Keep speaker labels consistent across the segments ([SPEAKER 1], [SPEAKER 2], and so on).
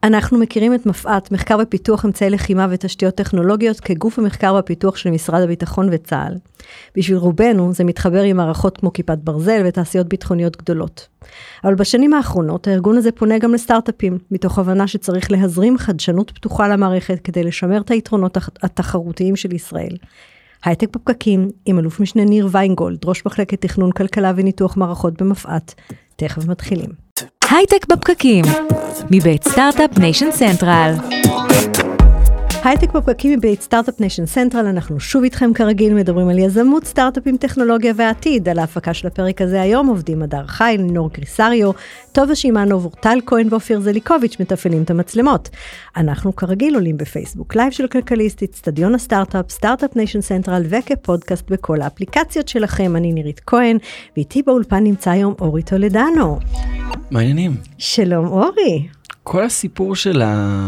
[SPEAKER 1] אנחנו מכירים את מפא"ת, מחקר ופיתוח אמצעי לחימה ותשתיות טכנולוגיות, כגוף המחקר והפיתוח של משרד הביטחון וצה"ל. בשביל רובנו זה מתחבר עם מערכות כמו כיפת ברזל ותעשיות ביטחוניות גדולות. אבל בשנים האחרונות הארגון הזה פונה גם לסטארט-אפים, מתוך הבנה שצריך להזרים חדשנות פתוחה למערכת כדי לשמר את היתרונות התחרותיים של ישראל. הייטק בפקקים עם אלוף משנה ניר ויינגולד, ראש מחלקת תכנון כלכלה וניתוח מערכות במפא"ת. תכף מתחילים.
[SPEAKER 2] הייטק בפקקים, מבית סטארט-אפ ניישן סנטרל.
[SPEAKER 1] הייטק בפקקים מבית סטארט-אפ ניישן סנטרל, אנחנו שוב איתכם כרגיל, מדברים על יזמות, סטארט-אפים, טכנולוגיה ועתיד. על ההפקה של הפרק הזה היום עובדים הדר חיל, נור גריסריו, טובה שימאנוב, אורטל כהן ואופיר זליקוביץ' מתפעלים את המצלמות. אנחנו כרגיל עולים בפייסבוק לייב של כלכליסט, אצטדיון הסטארט-אפ, סטארט-אפ ניישן סנטרל וכפודקאסט בכל האפליקציות שלכם. אני נירית כהן, ואיתי באולפן נמצא היום אורי טולדנו.
[SPEAKER 3] מה העניינים?
[SPEAKER 1] שלום אורי.
[SPEAKER 3] כל הסיפור של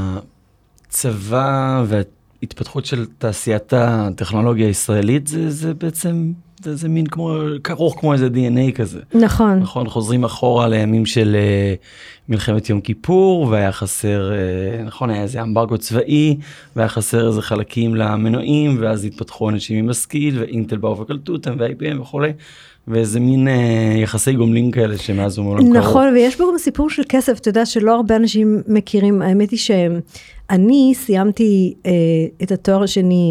[SPEAKER 3] הצבא וההתפתחות של תעשיית הטכנולוגיה הישראלית, זה בעצם, זה מין כרוך כמו איזה DNA כזה.
[SPEAKER 1] נכון.
[SPEAKER 3] נכון, חוזרים אחורה לימים של מלחמת יום כיפור, והיה חסר, נכון, היה איזה אמברגו צבאי, והיה חסר איזה חלקים למנועים, ואז התפתחו אנשים עם משכיל, ואינטל באו וקלטו אותם, ו-IBM וכו'. ואיזה מין יחסי גומלין כאלה שמאז ומעולם קרוב.
[SPEAKER 1] נכון, ויש פה גם סיפור של כסף, אתה יודע שלא הרבה אנשים מכירים, האמת היא שאני סיימתי את התואר השני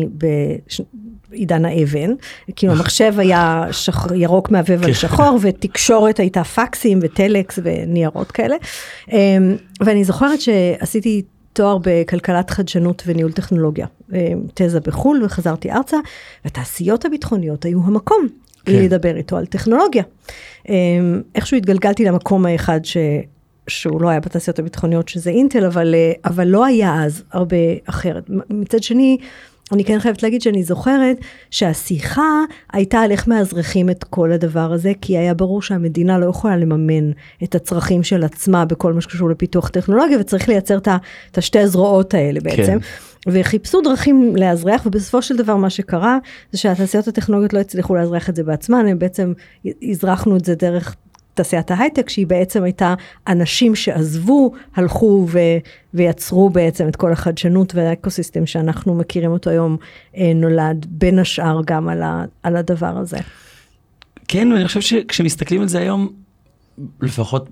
[SPEAKER 1] בעידן האבן, כאילו המחשב היה ירוק מעבב על שחור, ותקשורת הייתה פקסים וטלקס וניירות כאלה, ואני זוכרת שעשיתי תואר בכלכלת חדשנות וניהול טכנולוגיה, תזה בחול וחזרתי ארצה, והתעשיות הביטחוניות היו המקום. לדבר איתו על טכנולוגיה. איכשהו התגלגלתי למקום האחד שהוא לא היה בתעשיות הביטחוניות, שזה אינטל, אבל לא היה אז הרבה אחרת. מצד שני, אני כן חייבת להגיד שאני זוכרת שהשיחה הייתה על איך מאזרחים את כל הדבר הזה, כי היה ברור שהמדינה לא יכולה לממן את הצרכים של עצמה בכל מה שקשור לפיתוח טכנולוגיה, וצריך לייצר את השתי הזרועות האלה בעצם. וחיפשו דרכים להזרח, ובסופו של דבר מה שקרה, זה שהתעשיות הטכנולוגיות לא הצליחו להזרח את זה בעצמן, הם בעצם הזרחנו את זה דרך תעשיית ההייטק, שהיא בעצם הייתה אנשים שעזבו, הלכו ויצרו בעצם את כל החדשנות והאקוסיסטם שאנחנו מכירים אותו היום, נולד בין השאר גם על הדבר הזה.
[SPEAKER 3] כן, ואני חושב שכשמסתכלים על זה היום, לפחות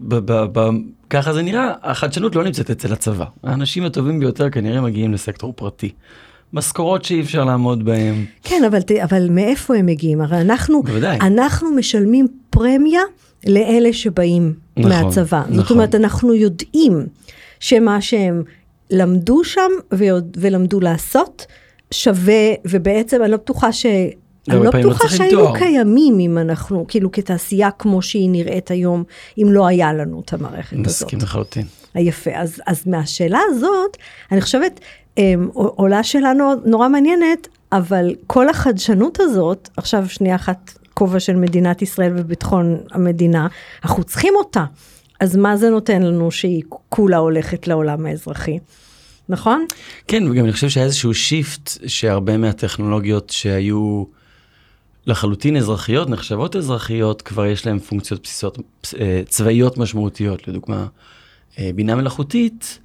[SPEAKER 3] ככה זה נראה, החדשנות לא נמצאת אצל הצבא. האנשים הטובים ביותר כנראה מגיעים לסקטור פרטי. משכורות שאי אפשר לעמוד בהם.
[SPEAKER 1] כן, אבל מאיפה הם מגיעים? הרי אנחנו משלמים פרמיה לאלה שבאים מהצבא. זאת אומרת, אנחנו יודעים שמה שהם למדו שם ולמדו לעשות, שווה, ובעצם אני לא בטוחה אני לא בטוחה שהיינו קיימים אם אנחנו, כאילו כתעשייה כמו שהיא נראית היום, אם לא היה לנו את המערכת הזאת.
[SPEAKER 3] מסכים לחלוטין.
[SPEAKER 1] יפה, אז מהשאלה הזאת, אני חושבת, עולה שאלה נורא מעניינת, אבל כל החדשנות הזאת, עכשיו שנייה אחת כובע של מדינת ישראל וביטחון המדינה, אנחנו צריכים אותה. אז מה זה נותן לנו שהיא כולה הולכת לעולם האזרחי? נכון?
[SPEAKER 3] כן, וגם אני חושב שהיה איזשהו שיפט, שהרבה מהטכנולוגיות שהיו לחלוטין אזרחיות, נחשבות אזרחיות, כבר יש להן פונקציות בסיסיות, צבאיות משמעותיות, לדוגמה, בינה מלאכותית,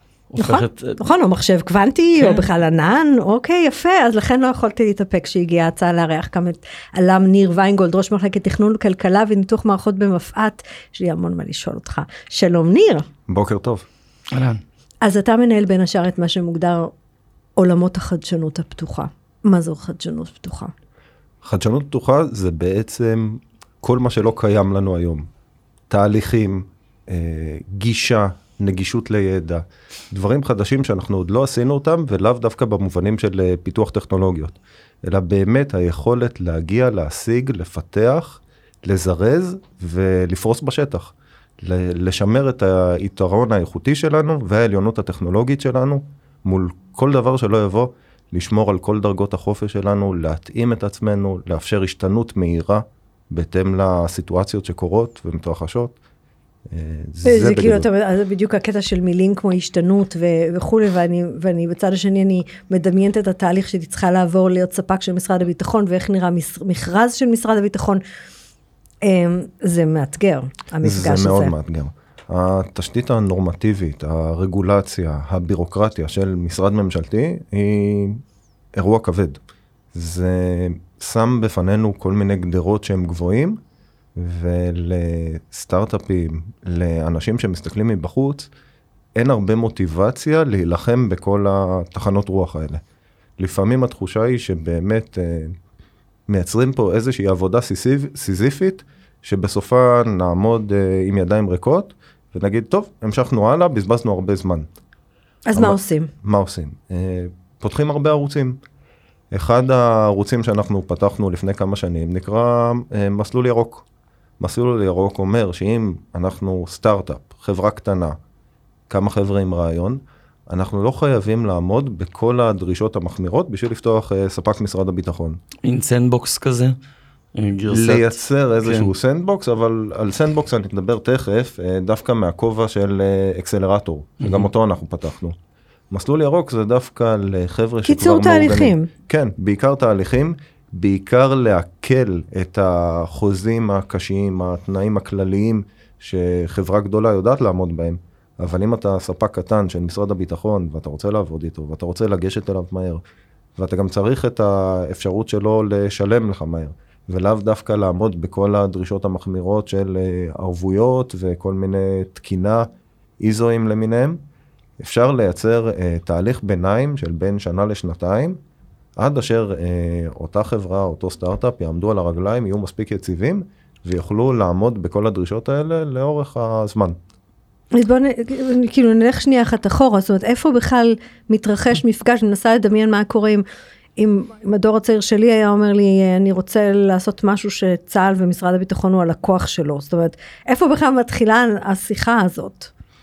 [SPEAKER 1] נכון, או מחשב קוונטי, או בכלל ענן, אוקיי, יפה, אז לכן לא יכולתי להתאפק כשהגיעה הצעה לארח גם את אל"מ ניר ויינגולד, ראש מחלקת תכנון כלכלה וניתוח מערכות במפא"ת, יש לי המון מה לשאול אותך. שלום ניר.
[SPEAKER 4] בוקר טוב.
[SPEAKER 3] אהלן.
[SPEAKER 1] אז אתה מנהל בין השאר את מה שמוגדר עולמות החדשנות הפתוחה. מה זו חדשנות פתוחה?
[SPEAKER 4] חדשנות פתוחה זה בעצם כל מה שלא קיים לנו היום. תהליכים, גישה, נגישות לידע, דברים חדשים שאנחנו עוד לא עשינו אותם, ולאו דווקא במובנים של פיתוח טכנולוגיות, אלא באמת היכולת להגיע, להשיג, לפתח, לזרז ולפרוס בשטח. לשמר את היתרון האיכותי שלנו והעליונות הטכנולוגית שלנו, מול כל דבר שלא יבוא, לשמור על כל דרגות החופש שלנו, להתאים את עצמנו, לאפשר השתנות מהירה, בהתאם לסיטואציות שקורות ומתרחשות.
[SPEAKER 1] זה כאילו, זה בדיוק הקטע של מילים כמו השתנות וכו', ואני בצד השני, אני מדמיינת את התהליך שהיא צריכה לעבור להיות ספק של משרד הביטחון, ואיך נראה מכרז של משרד הביטחון. זה מאתגר, המפגש הזה.
[SPEAKER 4] זה מאוד מאתגר. התשתית הנורמטיבית, הרגולציה, הבירוקרטיה של משרד ממשלתי היא אירוע כבד. זה שם בפנינו כל מיני גדרות שהם גבוהים, ולסטארט-אפים, לאנשים שמסתכלים מבחוץ, אין הרבה מוטיבציה להילחם בכל התחנות רוח האלה. לפעמים התחושה היא שבאמת מייצרים פה איזושהי עבודה סיזיפית, שבסופה נעמוד עם ידיים ריקות, ונגיד, טוב, המשכנו הלאה, בזבזנו הרבה זמן.
[SPEAKER 1] אז מה עושים?
[SPEAKER 4] מה עושים? פותחים הרבה ערוצים. אחד הערוצים שאנחנו פתחנו לפני כמה שנים, נקרא מסלול ירוק. מסלול ירוק אומר שאם אנחנו סטארט-אפ, חברה קטנה, כמה חבר'ה עם רעיון, אנחנו לא חייבים לעמוד בכל הדרישות המחמירות בשביל לפתוח ספק משרד הביטחון.
[SPEAKER 3] אין סנדבוקס כזה?
[SPEAKER 4] לייצר איזשהו סנדבוקס, אבל על סנדבוקס אני אדבר תכף, דווקא מהכובע של אקסלרטור, שגם אותו אנחנו פתחנו. מסלול ירוק זה דווקא לחבר'ה שכבר
[SPEAKER 1] קיצור תהליכים.
[SPEAKER 4] כן, בעיקר תהליכים, בעיקר להקל את החוזים הקשיים, התנאים הכלליים שחברה גדולה יודעת לעמוד בהם. אבל אם אתה ספק קטן של משרד הביטחון, ואתה רוצה לעבוד איתו, ואתה רוצה לגשת אליו מהר, ואתה גם צריך את האפשרות שלו לשלם לך מהר, ולאו דווקא לעמוד בכל הדרישות המחמירות של ערבויות וכל מיני תקינה, איזואים למיניהם, אפשר לייצר תהליך ביניים של בין שנה לשנתיים, עד אשר אותה חברה, אותו סטארט-אפ יעמדו על הרגליים, יהיו מספיק יציבים, ויוכלו לעמוד בכל הדרישות האלה לאורך הזמן.
[SPEAKER 1] אז בואו כאילו נלך שנייה אחת אחורה, זאת אומרת, איפה בכלל מתרחש מפגש, אני מנסה לדמיין מה קורה אם הדור הצעיר שלי היה אומר לי, אני רוצה לעשות משהו שצה"ל ומשרד הביטחון הוא הלקוח שלו, זאת אומרת, איפה בכלל מתחילה השיחה הזאת?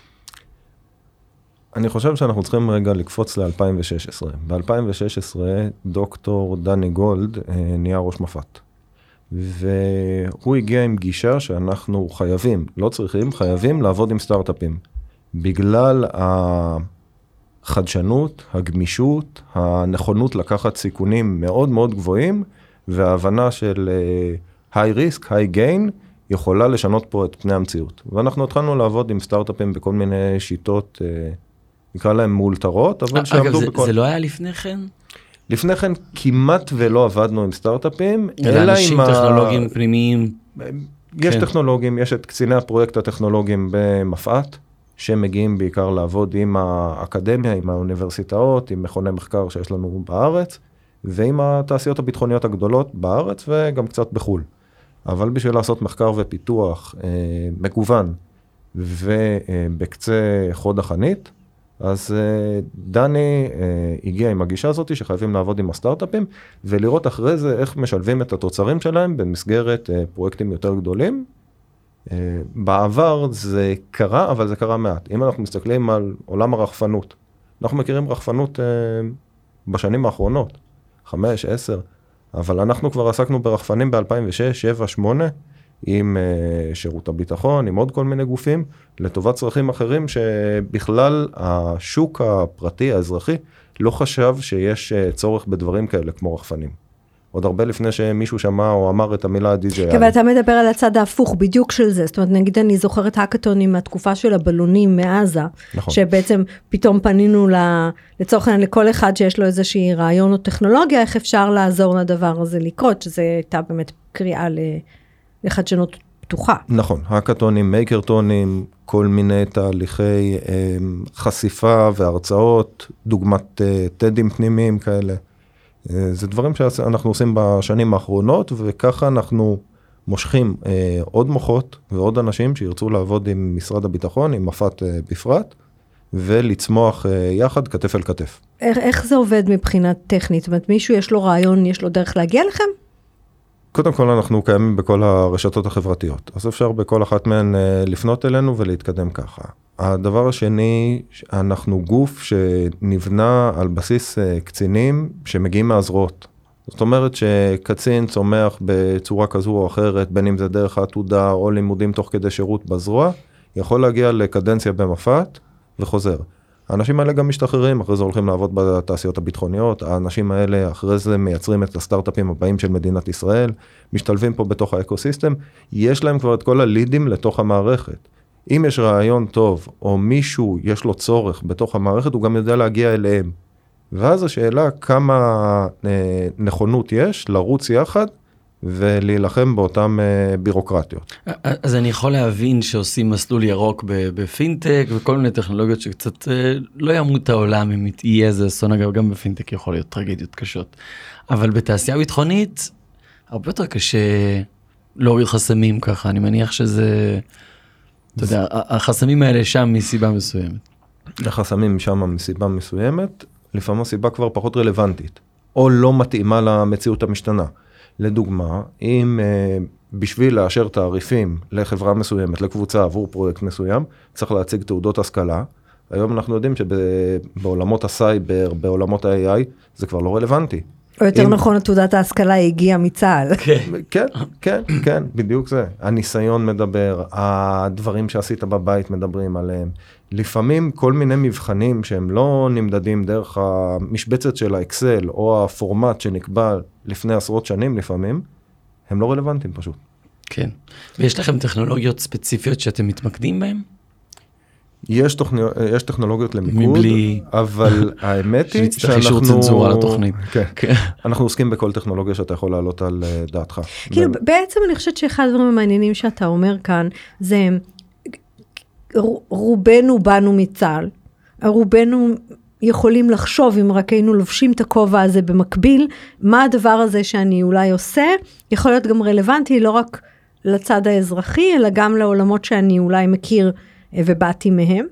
[SPEAKER 4] אני חושב שאנחנו צריכים רגע לקפוץ ל-2016. ב-2016 דוקטור דני גולד נהיה ראש מפת. והוא הגיע עם גישה שאנחנו חייבים, לא צריכים, חייבים לעבוד עם סטארט-אפים. בגלל החדשנות, הגמישות, הנכונות לקחת סיכונים מאוד מאוד גבוהים, וההבנה של high risk, high gain, יכולה לשנות פה את פני המציאות. ואנחנו התחלנו לעבוד עם סטארט-אפים בכל מיני שיטות, נקרא להם מאולתרות, אבל שעבדו בכל...
[SPEAKER 3] אגב, זה לא היה לפני כן?
[SPEAKER 4] לפני כן כמעט ולא עבדנו עם סטארט-אפים, אלא עם
[SPEAKER 3] אנשים טכנולוגיים פנימיים.
[SPEAKER 4] יש טכנולוגים, יש את קציני הפרויקט הטכנולוגיים במפעת, שמגיעים בעיקר לעבוד עם האקדמיה, עם האוניברסיטאות, עם מכוני מחקר שיש לנו בארץ, ועם התעשיות הביטחוניות הגדולות בארץ וגם קצת בחול. אבל בשביל לעשות מחקר ופיתוח מגוון ובקצה חוד החנית, אז דני הגיע עם הגישה הזאת שחייבים לעבוד עם הסטארט-אפים, ולראות אחרי זה איך משלבים את התוצרים שלהם במסגרת פרויקטים יותר גדולים. בעבר זה קרה, אבל זה קרה מעט. אם אנחנו מסתכלים על עולם הרחפנות, אנחנו מכירים רחפנות בשנים האחרונות, 5, 10, אבל אנחנו כבר עסקנו ברחפנים ב-2006, 7, 8, עם שירות הביטחון, עם עוד כל מיני גופים, לטובת צרכים אחרים שבכלל השוק הפרטי, האזרחי, לא חשב שיש צורך בדברים כאלה כמו רחפנים. עוד הרבה לפני שמישהו שמע או אמר את המילה DJI.
[SPEAKER 1] כן, ואתה מדבר על הצד ההפוך בדיוק של זה, זאת אומרת, נגיד אני זוכרת האקתונים מהתקופה של הבלונים מעזה,
[SPEAKER 4] נכון.
[SPEAKER 1] שבעצם פתאום פנינו לצורך העניין לכל אחד שיש לו איזושהי רעיון או טכנולוגיה, איך אפשר לעזור לדבר הזה לקרות, שזה הייתה באמת קריאה לחדשנות פתוחה.
[SPEAKER 4] נכון, האקתונים, מייקרטונים, כל מיני תהליכי חשיפה והרצאות, דוגמת טדים פנימיים כאלה. זה דברים שאנחנו עושים בשנים האחרונות, וככה אנחנו מושכים עוד מוחות ועוד אנשים שירצו לעבוד עם משרד הביטחון, עם מפת בפרט, ולצמוח יחד כתף אל כתף.
[SPEAKER 1] איך זה עובד מבחינה טכנית? זאת אומרת, מישהו יש לו רעיון, יש לו דרך להגיע לכם?
[SPEAKER 4] קודם כל אנחנו קיימים בכל הרשתות החברתיות, אז אפשר בכל אחת מהן לפנות אלינו ולהתקדם ככה. הדבר השני, אנחנו גוף שנבנה על בסיס קצינים שמגיעים מהזרועות. זאת אומרת שקצין צומח בצורה כזו או אחרת, בין אם זה דרך העתודה או לימודים תוך כדי שירות בזרוע, יכול להגיע לקדנציה במפת וחוזר. האנשים האלה גם משתחררים, אחרי זה הולכים לעבוד בתעשיות הביטחוניות, האנשים האלה אחרי זה מייצרים את הסטארט-אפים הבאים של מדינת ישראל, משתלבים פה בתוך האקוסיסטם, יש להם כבר את כל הלידים לתוך המערכת. אם יש רעיון טוב, או מישהו יש לו צורך בתוך המערכת, הוא גם יודע להגיע אליהם. ואז השאלה כמה נכונות יש לרוץ יחד, ולהילחם באותן בירוקרטיות.
[SPEAKER 3] אז אני יכול להבין שעושים מסלול ירוק בפינטק, וכל מיני טכנולוגיות שקצת לא ימות את העולם אם יהיה איזה אסון, אגב, גם בפינטק יכול להיות טרגדיות קשות. אבל בתעשייה ביטחונית, הרבה יותר קשה להוריד חסמים ככה, אני מניח שזה, אתה יודע, החסמים האלה שם מסיבה מסוימת.
[SPEAKER 4] החסמים שם מסיבה מסוימת, לפעמים הסיבה כבר פחות רלוונטית, או לא מתאימה למציאות המשתנה. לדוגמה, אם בשביל לאשר תעריפים לחברה מסוימת, לקבוצה עבור פרויקט מסוים, צריך להציג תעודות השכלה. היום אנחנו יודעים שבעולמות הסייבר, בעולמות ה-AI, זה כבר לא רלוונטי.
[SPEAKER 1] או יותר נכון, תעודת ההשכלה הגיעה מצה"ל.
[SPEAKER 4] כן, בדיוק זה. הניסיון מדבר, הדברים שעשית בבית מדברים עליהם. לפעמים כל מיני מבחנים שהם לא נמדדים דרך המשבצת של האקסל, או הפורמט שנקבע לפני עשרות שנים לפעמים, הם לא רלוונטיים פשוט.
[SPEAKER 3] כן. ויש לכם טכנולוגיות ספציפיות שאתם מתמקדים בהן?
[SPEAKER 4] יש טכנולוגיות למיקוד, אבל האמת היא
[SPEAKER 3] שאנחנו צנזורה לתוכנית.
[SPEAKER 4] אנחנו עוסקים בכל טכנולוגיה שאתה יכול לעלות על דעתך.
[SPEAKER 1] כאילו, בעצם אני חושבת שאחד הדברים המעניינים שאתה אומר כאן, זה רובנו באנו מצה"ל, רובנו יכולים לחשוב, אם רק היינו לובשים את הכובע הזה במקביל, מה הדבר הזה שאני אולי עושה, יכול להיות גם רלוונטי, לא רק לצד האזרחי, אלא גם לעולמות שאני אולי מכיר ובאתי מהם,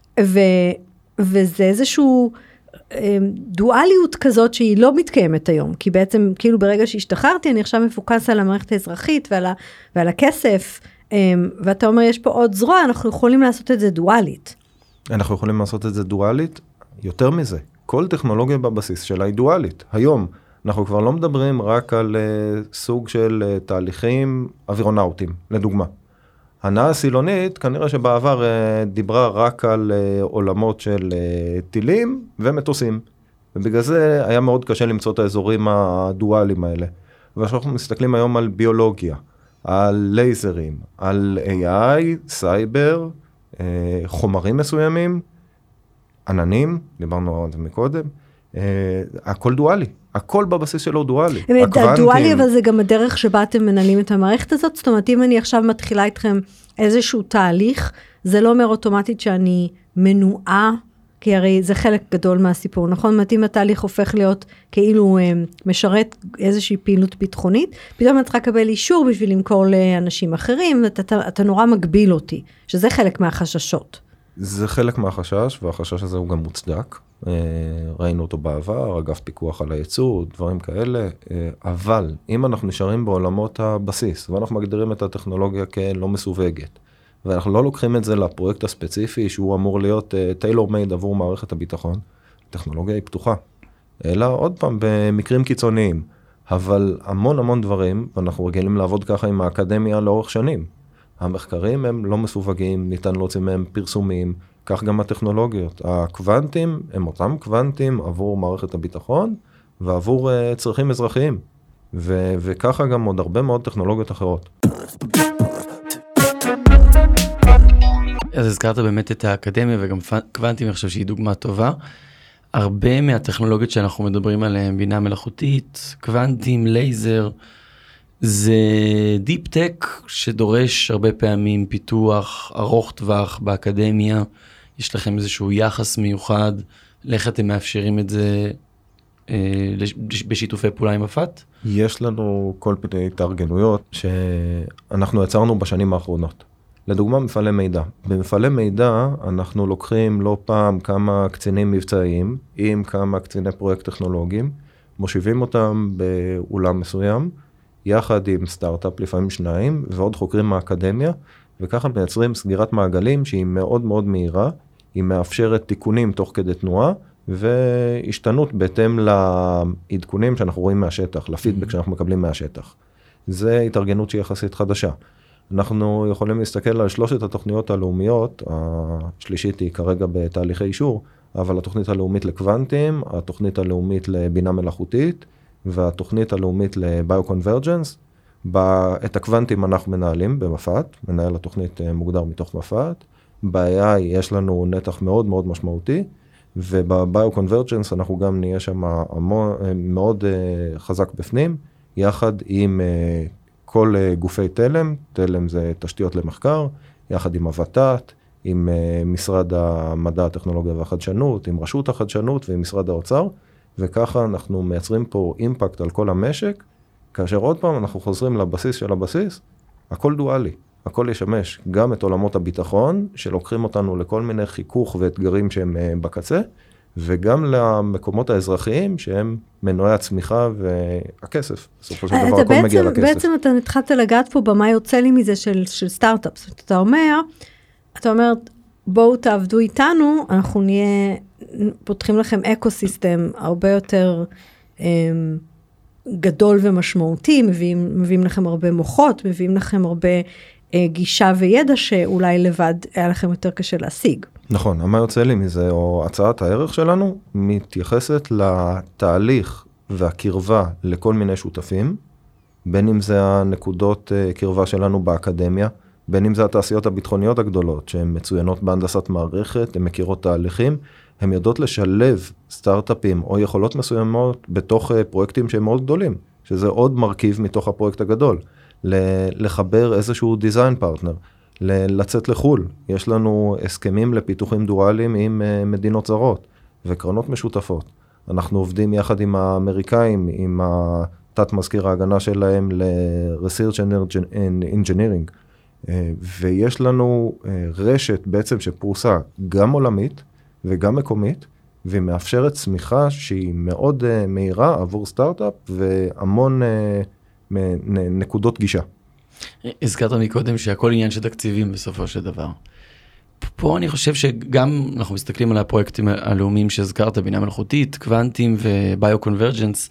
[SPEAKER 1] וזה איזשהו דואליות כזאת שהיא לא מתקיימת היום, כי בעצם כאילו ברגע שהשתחררתי, אני עכשיו מפוקס על המערכת האזרחית ועל הכסף, ואתה אומר יש פה עוד זרוע, אנחנו יכולים לעשות את זה דואלית.
[SPEAKER 4] אנחנו יכולים לעשות את זה דואלית, יותר מזה, כל טכנולוגיה בבסיס שלה היא דואלית. היום אנחנו כבר לא מדברים רק על סוג של תהליכים אווירונאוטיים, לדוגמה. הנעה הסילונית כנראה שבעבר דיברה רק על עולמות של טילים ומטוסים, ובגלל זה היה מאוד קשה למצוא את האזורים הדואליים האלה. ואנחנו מסתכלים היום על ביולוגיה, על לייזרים, על AI, סייבר, חומרים מסוימים, עננים, דיברנו על זה מקודם, הכל דואלי. הכל בבסיס שלו דואלי.
[SPEAKER 1] דואלי, אבל זה גם הדרך שבה אתם מנהלים את המערכת הזאת, זאת אומרת, אם אני עכשיו מתחילה איתכם איזשהו תהליך, זה לא אומר אוטומטית שאני מנועה, כי הרי זה חלק גדול מהסיפור, נכון? אם התהליך הופך להיות כאילו משרת איזושהי פעילות ביטחונית, פתאום אני צריכה לקבל אישור בשביל למכור לאנשים אחרים, ואתה נורא מגביל אותי, שזה חלק מהחששות.
[SPEAKER 4] זה חלק מהחשש, והחשש הזה הוא גם מוצדק. ראינו אותו בעבר, אגף פיקוח על הייצור, דברים כאלה, אבל אם אנחנו נשארים בעולמות הבסיס, ואנחנו מגדירים את הטכנולוגיה כלא מסווגת, ואנחנו לא לוקחים את זה לפרויקט הספציפי, שהוא אמור להיות טיילור מייד עבור מערכת הביטחון, הטכנולוגיה היא פתוחה, אלא עוד פעם במקרים קיצוניים, אבל המון דברים, ואנחנו רגילים לעבוד ככה עם האקדמיה לאורך שנים, המחקרים הם לא מסווגים, ניתן להוציא מהם פרסומים, כך גם הטכנולוגיות. הקוונטים הם אותם קוונטים עבור מערכת הביטחון, ועבור צרכים אזרחיים. וככה גם עוד הרבה מאוד טכנולוגיות אחרות.
[SPEAKER 3] אז הזכרת באמת את האקדמיה, וגם קוונטים, אני חושב שהיא דוגמה טובה. הרבה מהטכנולוגיות שאנחנו מדברים עליהן, בינה מלאכותית, קוונטים, לייזר, זה דיפ טק שדורש הרבה פעמים פיתוח ארוך טווח באקדמיה. יש לכם איזשהו יחס מיוחד, לאיך אתם מאפשרים את זה בשיתופי פעולה עם הפת?
[SPEAKER 4] יש לנו כל מיני התארגנויות שאנחנו יצרנו בשנים האחרונות. לדוגמה, מפעלי מידע. במפעלי מידע אנחנו לוקחים לא פעם כמה קצינים מבצעיים, עם כמה קציני פרויקט טכנולוגיים, מושיבים אותם באולם מסוים, יחד עם סטארט-אפ, לפעמים שניים, ועוד חוקרים מהאקדמיה, וככה מייצרים סגירת מעגלים שהיא מאוד מאוד מהירה, היא מאפשרת תיקונים תוך כדי תנועה, והשתנות בהתאם לעדכונים שאנחנו רואים מהשטח, לפידבק שאנחנו מקבלים מהשטח. זה התארגנות שהיא יחסית חדשה. אנחנו יכולים להסתכל על שלושת התוכניות הלאומיות, השלישית היא כרגע בתהליכי אישור, אבל התוכנית הלאומית לקוונטים, התוכנית הלאומית לבינה מלאכותית, והתוכנית הלאומית לביו-קונברג'נס, את הקוונטים אנחנו מנהלים במפת, מנהל התוכנית מוגדר מתוך מפת, ב-AI יש לנו נתח מאוד מאוד משמעותי, ובביו-קונברג'נס אנחנו גם נהיה שם מאוד חזק בפנים, יחד עם כל גופי תלם, תלם זה תשתיות למחקר, יחד עם הוות"ת, עם משרד המדע, הטכנולוגיה והחדשנות, עם רשות החדשנות ועם משרד האוצר, וככה אנחנו מייצרים פה אימפקט על כל המשק, כאשר עוד פעם אנחנו חוזרים לבסיס של הבסיס, הכל דואלי, הכל ישמש גם את עולמות הביטחון, שלוקחים אותנו לכל מיני חיכוך ואתגרים שהם בקצה, וגם למקומות האזרחיים שהם מנועי הצמיחה והכסף. בסופו של דבר הכל מגיע לכסף.
[SPEAKER 1] בעצם אתה התחלת לגעת פה במה יוצא לי מזה של סטארט-אפס. אתה אומר, בואו תעבדו איתנו, אנחנו פותחים לכם אקוסיסטם הרבה יותר גדול ומשמעותי, מביאים לכם הרבה מוחות, מביאים לכם הרבה גישה וידע שאולי לבד היה לכם יותר קשה להשיג.
[SPEAKER 4] נכון, מה יוצא לי מזה, או הצעת הערך שלנו, מתייחסת לתהליך והקרבה לכל מיני שותפים, בין אם זה הנקודות קרבה שלנו באקדמיה, בין אם זה התעשיות הביטחוניות הגדולות, שהן מצוינות בהנדסת מערכת, הן מכירות תהליכים, הן יודעות לשלב סטארט-אפים או יכולות מסוימות בתוך פרויקטים שהם מאוד גדולים, שזה עוד מרכיב מתוך הפרויקט הגדול, לחבר איזשהו דיזיין פרטנר, לצאת לחול. יש לנו הסכמים לפיתוחים דואליים עם מדינות זרות וקרנות משותפות. אנחנו עובדים יחד עם האמריקאים, עם תת מזכיר ההגנה שלהם ל-Research and Engineering, ויש לנו רשת בעצם שפרוסה גם עולמית וגם מקומית, והיא מאפשרת צמיחה שהיא מאוד מהירה עבור סטארט-אפ והמון נקודות גישה.
[SPEAKER 3] הזכרת מקודם שהכל עניין של תקציבים בסופו של דבר. פה אני חושב שגם אנחנו מסתכלים על הפרויקטים הלאומיים שהזכרת, בינה מלאכותית, קוונטים וביו-קונברג'נס,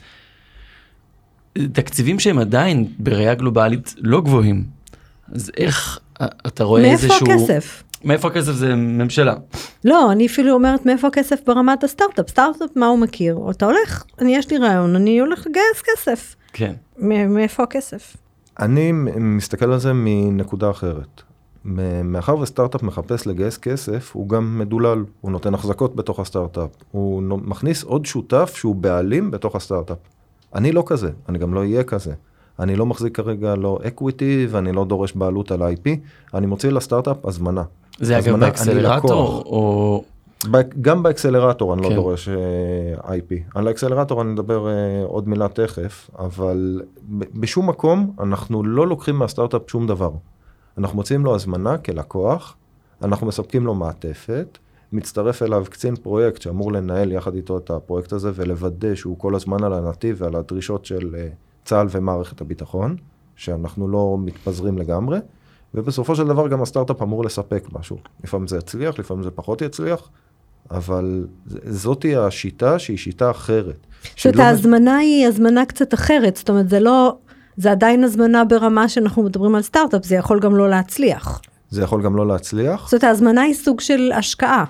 [SPEAKER 3] תקציבים שהם עדיין בראייה גלובלית לא גבוהים. אז איך אתה רואה איזשהו...
[SPEAKER 1] מאיפה הכסף?
[SPEAKER 3] מאיפה הכסף זה ממשלה?
[SPEAKER 1] לא, אני אפילו אומרת מאיפה הכסף ברמת הסטארט-אפ. סטארט-אפ מה הוא מכיר? או אתה הולך, יש לי רעיון, אני הולך לגייס כסף.
[SPEAKER 3] כן.
[SPEAKER 1] מאיפה הכסף?
[SPEAKER 4] אני מסתכל על זה מנקודה אחרת. מאחר וסטארט-אפ מחפש לגייס כסף, הוא גם מדולל, הוא נותן החזקות בתוך הסטארט-אפ, הוא מכניס עוד שותף שהוא בעלים בתוך הסטארט-אפ. אני לא כזה, אני גם לא אהיה כזה. אני לא מחזיק כרגע לא אקוויטי, ואני לא דורש בעלות על IP, אני מוציא לסטארט-אפ הזמנה.
[SPEAKER 3] זה אגב באקסלרטור או...
[SPEAKER 4] גם באקסלרטור אני לא דורש IP. על האקסלרטור אני מדבר עוד מילה תכף, אבל בשום מקום אנחנו לא לוקחים מהסטארט-אפ שום דבר. אנחנו מוציאים לו הזמנה כלקוח, אנחנו מספקים לו מעטפת, מצטרף אליו קצין פרויקט שאמור לנהל יחד איתו את הפרויקט הזה, ולוודא שהוא כל הזמן על הנתיב ועל הדרישות של צה"ל ומערכת הביטחון, שאנחנו לא מתפזרים לגמרי, ובסופו של דבר גם הסטארט-אפ אמור לספק משהו. לפעמים זה יצליח, לפעמים זה פחות יצליח, אבל זאת היא השיטה שהיא שיטה אחרת.
[SPEAKER 1] זאת ההזמנה היא הזמנה קצת אחרת, זאת אומרת זה עדיין הזמנה ברמה שאנחנו מדברים על סטארט-אפ, זה יכול גם לא להצליח.
[SPEAKER 4] זה יכול גם לא להצליח.
[SPEAKER 1] זאת ההזמנה היא סוג של השקעה.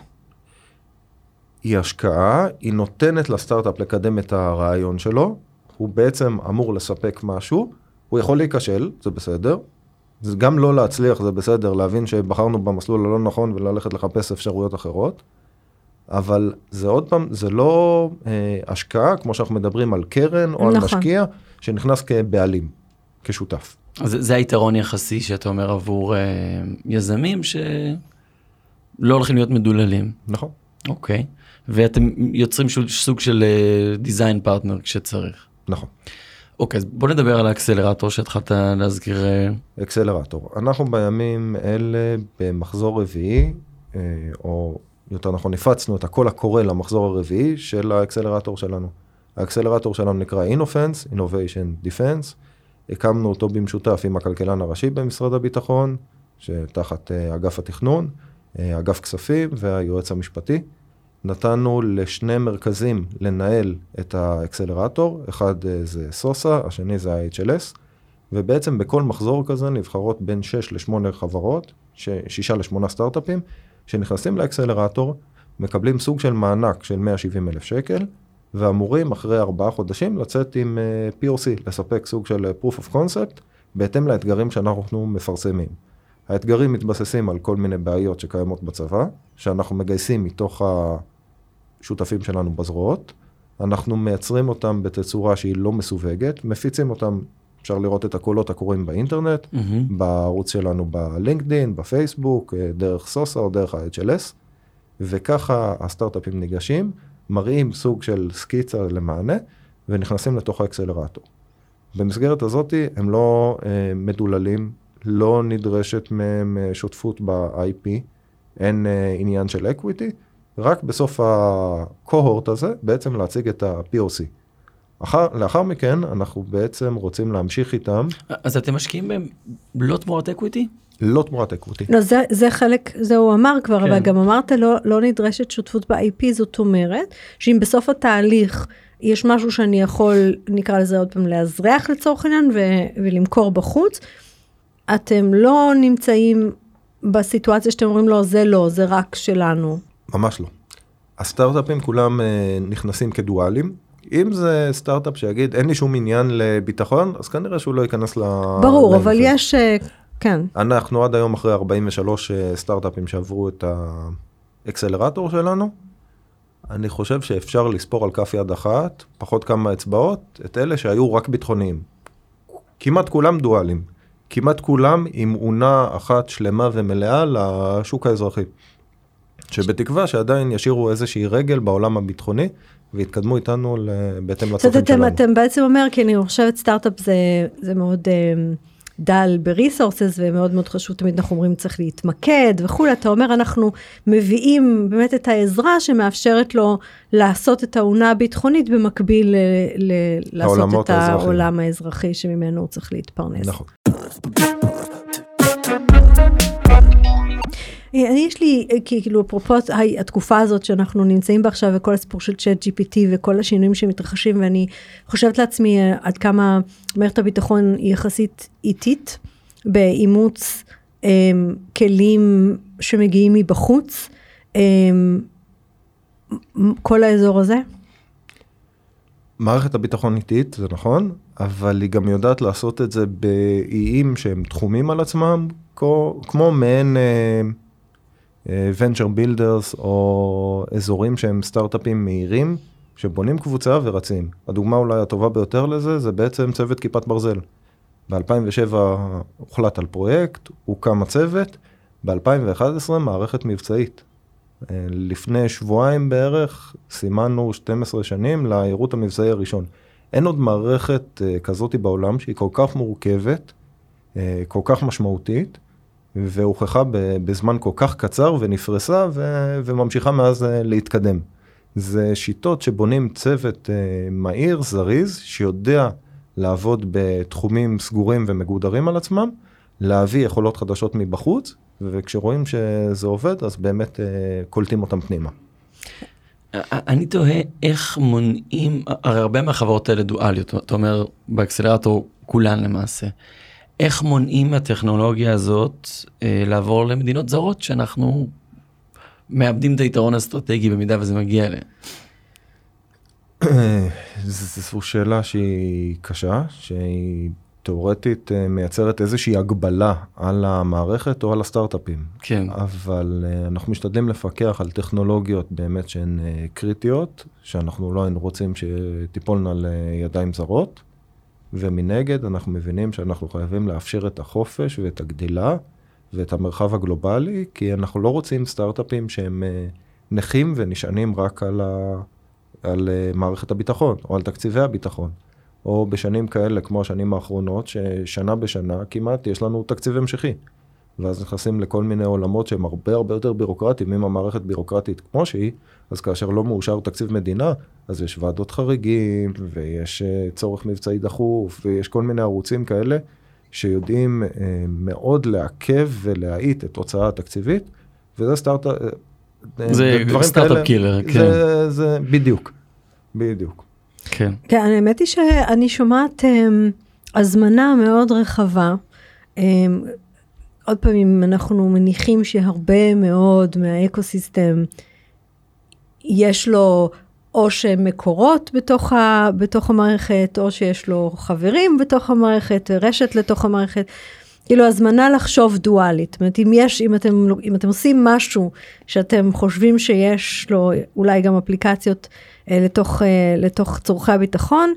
[SPEAKER 4] היא השקעה, היא נותנת לסטארט-אפ לקדם את הרעיון שלו, הוא בעצם אמור לספק משהו, הוא יכול להיכשל, זה בסדר, זה גם לא להצליח, זה בסדר, להבין שבחרנו במסלול הלא נכון וללכת לחפש אפשרויות אחרות, אבל זה עוד פעם, זה לא השקעה, כמו שאנחנו מדברים על קרן או על משקיע, שנכנס כבעלים, כשותף.
[SPEAKER 3] אז זה היתרון יחסי שאתה אומר עבור יזמים שלא הולכים להיות מדוללים.
[SPEAKER 4] נכון.
[SPEAKER 3] אוקיי. ואתם יוצרים סוג של דיזיין פרטנר כשצריך.
[SPEAKER 4] נכון.
[SPEAKER 3] אוקיי, אז בוא נדבר על האקסלרטור שהתחלת להזכיר.
[SPEAKER 4] אקסלרטור. אנחנו בימים אלה במחזור רביעי, או יותר נכון, הפצנו את הכל הקורא למחזור הרביעי של האקסלרטור שלנו. האקסלרטור שלנו נקרא Innofense, Innovation Defense. הקמנו אותו במשותף עם הכלכלן הראשי במשרד הביטחון, שתחת אגף התכנון, אגף כספים והיועץ המשפטי. נתנו לשני מרכזים לנהל את האקסלרטור, אחד זה סוסה, השני זה ה-HLS, ובעצם בכל מחזור כזה נבחרות בין 6 ל-8 חברות, 6 ל-8 סטארט-אפים, שנכנסים לאקסלרטור, מקבלים סוג של מענק של 170,000 שקל, ואמורים אחרי 4 חודשים לצאת עם POC, לספק סוג של Proof of Concept, בהתאם לאתגרים שאנחנו מפרסמים. האתגרים מתבססים על כל מיני בעיות שקיימות בצבא, שאנחנו מגייסים מתוך השותפים שלנו בזרועות, אנחנו מייצרים אותם בתצורה שהיא לא מסווגת, מפיצים אותם, אפשר לראות את הקולות הקוראים באינטרנט, בערוץ שלנו בלינקדין, בפייסבוק, דרך סוסה או דרך ה-HLS, וככה הסטארט-אפים ניגשים, מראים סוג של סקיצה למענה, ונכנסים לתוך האקסלרטור. במסגרת הזאת הם לא מדוללים, לא נדרשת מהם שותפות ב-IP, אין עניין של אקוויטי, רק בסוף הקוהורט הזה בעצם להציג את ה-POC. לאחר מכן אנחנו בעצם רוצים להמשיך איתם.
[SPEAKER 3] אז אתם משקיעים בהם לא תמורת אקוויטי?
[SPEAKER 4] לא תמורת אקוויטי.
[SPEAKER 1] לא, זה חלק, זה הוא אמר כבר, אבל גם אמרת לא נדרשת שותפות ב-IP, זאת אומרת, שאם בסוף התהליך יש משהו שאני יכול, נקרא לזה עוד פעם, להזרח לצורך העניין ולמכור בחוץ, אתם לא נמצאים בסיטואציה שאתם אומרים לו, זה לא, זה רק שלנו.
[SPEAKER 4] ממש לא. הסטארט-אפים כולם נכנסים כדואלים. אם זה סטארט-אפ שיגיד, אין לי שום עניין לביטחון, אז כנראה שהוא לא ייכנס
[SPEAKER 1] ברור, אבל יש, כן.
[SPEAKER 4] אנחנו עד היום אחרי 43 סטארט-אפים שעברו את האקסלרטור שלנו, אני חושב שאפשר לספור על כף יד אחת, פחות כמה אצבעות, את אלה שהיו רק ביטחוניים. כמעט כולם דואלים. כמעט כולם עם עונה אחת שלמה ומלאה לשוק האזרחי. שבתקווה שעדיין ישירו איזושהי רגל בעולם הביטחוני, והתקדמו איתנו בהתאם לצרכים שלנו.
[SPEAKER 1] אתם בעצם אומר, כי אני חושבת סטארט-אפ זה מאוד דל בריסורסס, ומאוד מאוד חשוב, תמיד אנחנו אומרים צריך להתמקד וכו', אתה אומר אנחנו מביאים באמת את העזרה שמאפשרת לו לעשות את העונה הביטחונית, במקביל לעשות את העולם האזרחי שממנו הוא צריך להתפרנס.
[SPEAKER 4] נכון.
[SPEAKER 1] יש לי, כאילו, אפרופו התקופה הזאת שאנחנו נמצאים בה עכשיו, וכל הסיפור של צ'אט GPT, וכל השינויים שמתרחשים, ואני חושבת לעצמי עד כמה מערכת הביטחון היא יחסית איטית, באימוץ כלים שמגיעים מבחוץ, כל האזור הזה?
[SPEAKER 4] מערכת הביטחון איטית, זה נכון, אבל היא גם יודעת לעשות את זה באיים שהם תחומים על עצמם, כמו מעין venture builders או אזורים שהם סטארט-אפים מהירים, שבונים קבוצה ורצים. הדוגמה אולי הטובה ביותר לזה, זה בעצם צוות כיפת ברזל. ב-2007 הוחלט על פרויקט, הוקם הצוות, ב-2011 מערכת מבצעית. לפני שבועיים בערך סימנו 12 שנים לעירות המבצעי הראשון. אין עוד מערכת כזאת בעולם שהיא כל כך מורכבת, כל כך משמעותית, והוכחה בזמן כל כך קצר ונפרסה וממשיכה מאז להתקדם. זה שיטות שבונים צוות מהיר, זריז, שיודע לעבוד בתחומים סגורים ומגודרים על עצמם, להביא יכולות חדשות מבחוץ, וכשרואים שזה עובד, אז באמת קולטים אותם פנימה.
[SPEAKER 3] אני תוהה איך מונעים, הרי הרבה מהחברות האלה דואליות, אתה אומר באקסלרטור כולן למעשה, איך מונעים הטכנולוגיה הזאת לעבור למדינות זרות, שאנחנו מאבדים את היתרון האסטרטגי במידה וזה מגיע אליהם?
[SPEAKER 4] זו שאלה שהיא קשה, שהיא תיאורטית מייצרת איזושהי הגבלה על המערכת או על הסטארט-אפים.
[SPEAKER 3] כן.
[SPEAKER 4] אבל אנחנו משתדלים לפקח על טכנולוגיות באמת שהן קריטיות, שאנחנו לא רוצים שטיפולנה לידיים זרות, ומנגד אנחנו מבינים שאנחנו חייבים לאפשר את החופש ואת הגדילה ואת המרחב הגלובלי, כי אנחנו לא רוצים סטארט-אפים שהם נחים ונשענים רק על מערכת הביטחון או על תקציבי הביטחון. או בשנים כאלה כמו השנים האחרונות, ששנה בשנה כמעט יש לנו תקציב המשכי. ואז נכנסים לכל מיני עולמות שהם הרבה הרבה יותר בירוקרטיים, אם המערכת בירוקרטית כמו שהיא, אז כאשר לא מאושר תקציב מדינה, אז יש ועדות חריגים, ויש צורך מבצעי דחוף, ויש כל מיני ערוצים כאלה, שיודעים מאוד לעכב ולהאיט את הוצאה התקציבית, וזה סטארט-אפ
[SPEAKER 3] קילר, כן.
[SPEAKER 4] זה בדיוק, בדיוק.
[SPEAKER 3] כן.
[SPEAKER 1] כן, האמת היא שאני שומעת הזמנה מאוד רחבה, עוד פעמים אנחנו מניחים שהרבה מאוד מהאקוסיסטם יש לו או שהן מקורות בתוך המערכת, או שיש לו חברים בתוך המערכת, רשת לתוך המערכת, כאילו הזמנה לחשוב דואלית, זאת אומרת, אם אתם עושים משהו שאתם חושבים שיש לו אולי גם אפליקציות לתוך צורכי הביטחון,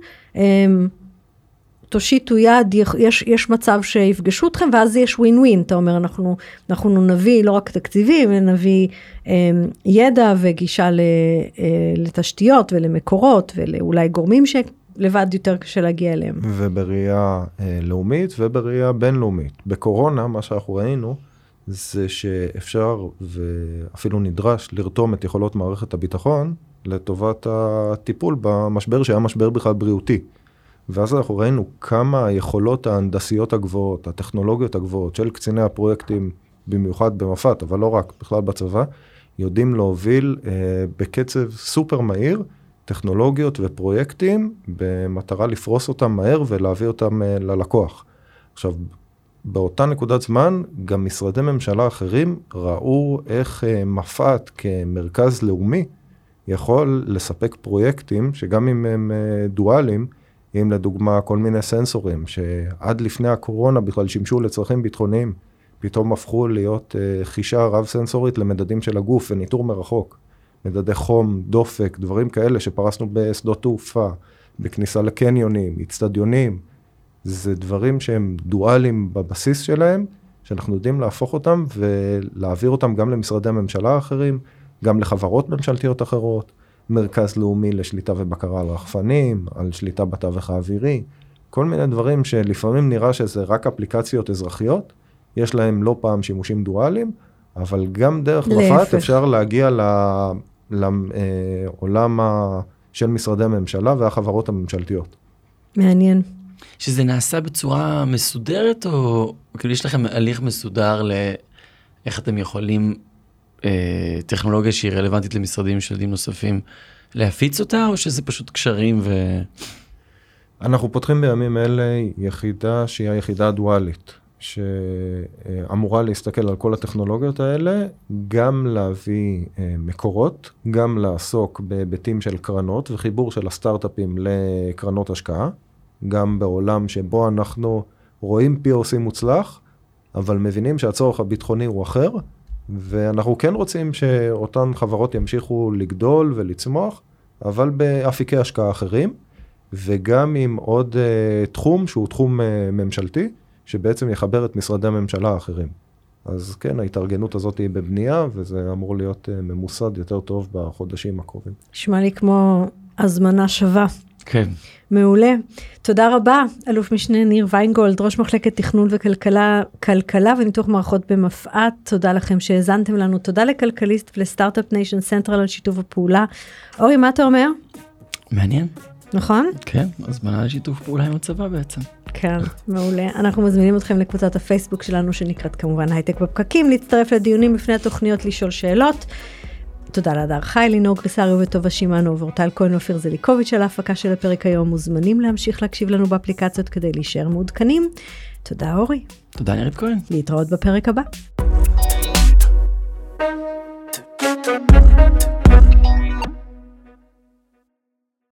[SPEAKER 1] תושיטו יד, יש מצב שיפגשו אתכם, ואז יש ווין ווין, אתה אומר, אנחנו נביא לא רק תקציבים, נביא ידע וגישה לתשתיות ולמקורות, ולאולי גורמים שלבד יותר קשה להגיע אליהם.
[SPEAKER 4] ובראייה לאומית ובראייה בינלאומית. בקורונה, מה שאנחנו ראינו, זה שאפשר ואפילו נדרש לרתום את יכולות מערכת הביטחון, לטובת הטיפול במשבר שהיה משבר בכלל בריאותי. ואז אנחנו ראינו כמה היכולות ההנדסיות הגבוהות, הטכנולוגיות הגבוהות של קציני הפרויקטים, במיוחד במפת, אבל לא רק, בכלל בצבא, יודעים להוביל בקצב סופר מהיר, טכנולוגיות ופרויקטים, במטרה לפרוס אותם מהר ולהביא אותם ללקוח. עכשיו, באותה נקודת זמן, גם משרדי ממשלה אחרים ראו איך מפת כמרכז לאומי, יכול לספק פרויקטים, שגם אם הם דואליים, אם לדוגמה כל מיני סנסורים, שעד לפני הקורונה בכלל שימשו לצרכים ביטחוניים, פתאום הפכו להיות חישה רב סנסורית למדדים של הגוף וניטור מרחוק, מדדי חום, דופק, דברים כאלה שפרסנו בשדות תעופה, בכניסה לקניונים, אצטדיונים, זה דברים שהם דואליים בבסיס שלהם, שאנחנו יודעים להפוך אותם ולהעביר אותם גם למשרדי הממשלה האחרים, גם לחברות ממשלתיות אחרות, מרכז לאומי לשליטה ובקרה על רחפנים, על שליטה בתווך האווירי, כל מיני דברים שלפעמים נראה שזה רק אפליקציות אזרחיות, יש להם לא פעם שימושים דואליים, אבל גם דרך מפת אפשר להגיע לעולם של משרדי הממשלה והחברות הממשלתיות.
[SPEAKER 1] מעניין.
[SPEAKER 3] שזה נעשה בצורה מסודרת, או כאילו יש לכם הליך מסודר לאיך אתם יכולים טכנולוגיה שהיא רלוונטית למשרדים ממשלתיים נוספים, להפיץ אותה, או שזה פשוט קשרים
[SPEAKER 4] אנחנו פותחים בימים אלה יחידה שהיא היחידה הדואלית, שאמורה להסתכל על כל הטכנולוגיות האלה, גם להביא מקורות, גם לעסוק בהיבטים של קרנות, וחיבור של הסטארט-אפים לקרנות השקעה, גם בעולם שבו אנחנו רואים POC מוצלח, אבל מבינים שהצורך הביטחוני הוא אחר, ואנחנו כן רוצים שאותן חברות ימשיכו לגדול ולצמוח, אבל באפיקי השקעה אחרים, וגם עם עוד תחום שהוא תחום ממשלתי, שבעצם יחבר את משרדי הממשלה האחרים. אז כן, ההתארגנות הזאת היא בבנייה, וזה אמור להיות ממוסד יותר טוב בחודשים הקרובים.
[SPEAKER 1] נשמע לי כמו הזמנה שווה.
[SPEAKER 3] כן.
[SPEAKER 1] מעולה. תודה רבה, אלוף משנה ניר ויינגולד, ראש מחלקת תכנון וכלכלה וניתוח מערכות במפת. תודה לכם שהאזנתם לנו. תודה לכלכליסט ולסטארט-אפ ניישן סנטרל על שיתוף הפעולה. אורי, מה אתה אומר?
[SPEAKER 3] מעניין.
[SPEAKER 1] נכון?
[SPEAKER 3] כן, הזמנה לשיתוף פעולה עם הצבא בעצם.
[SPEAKER 1] כן, מעולה. אנחנו מזמינים אתכם לקבוצת הפייסבוק שלנו, שנקראת כמובן הייטק בפקקים, להצטרף לדיונים לפני התוכניות, לשאול שאלות. תודה להדר חי, לינור גריסריו וטובה שימנו, ואורטל כהן ואופיר זליקוביץ' על ההפקה של הפרק היום. מוזמנים להמשיך להקשיב לנו באפליקציות כדי להישאר מעודכנים. תודה אורי.
[SPEAKER 3] תודה נרית כהן.
[SPEAKER 1] להתראות בפרק הבא.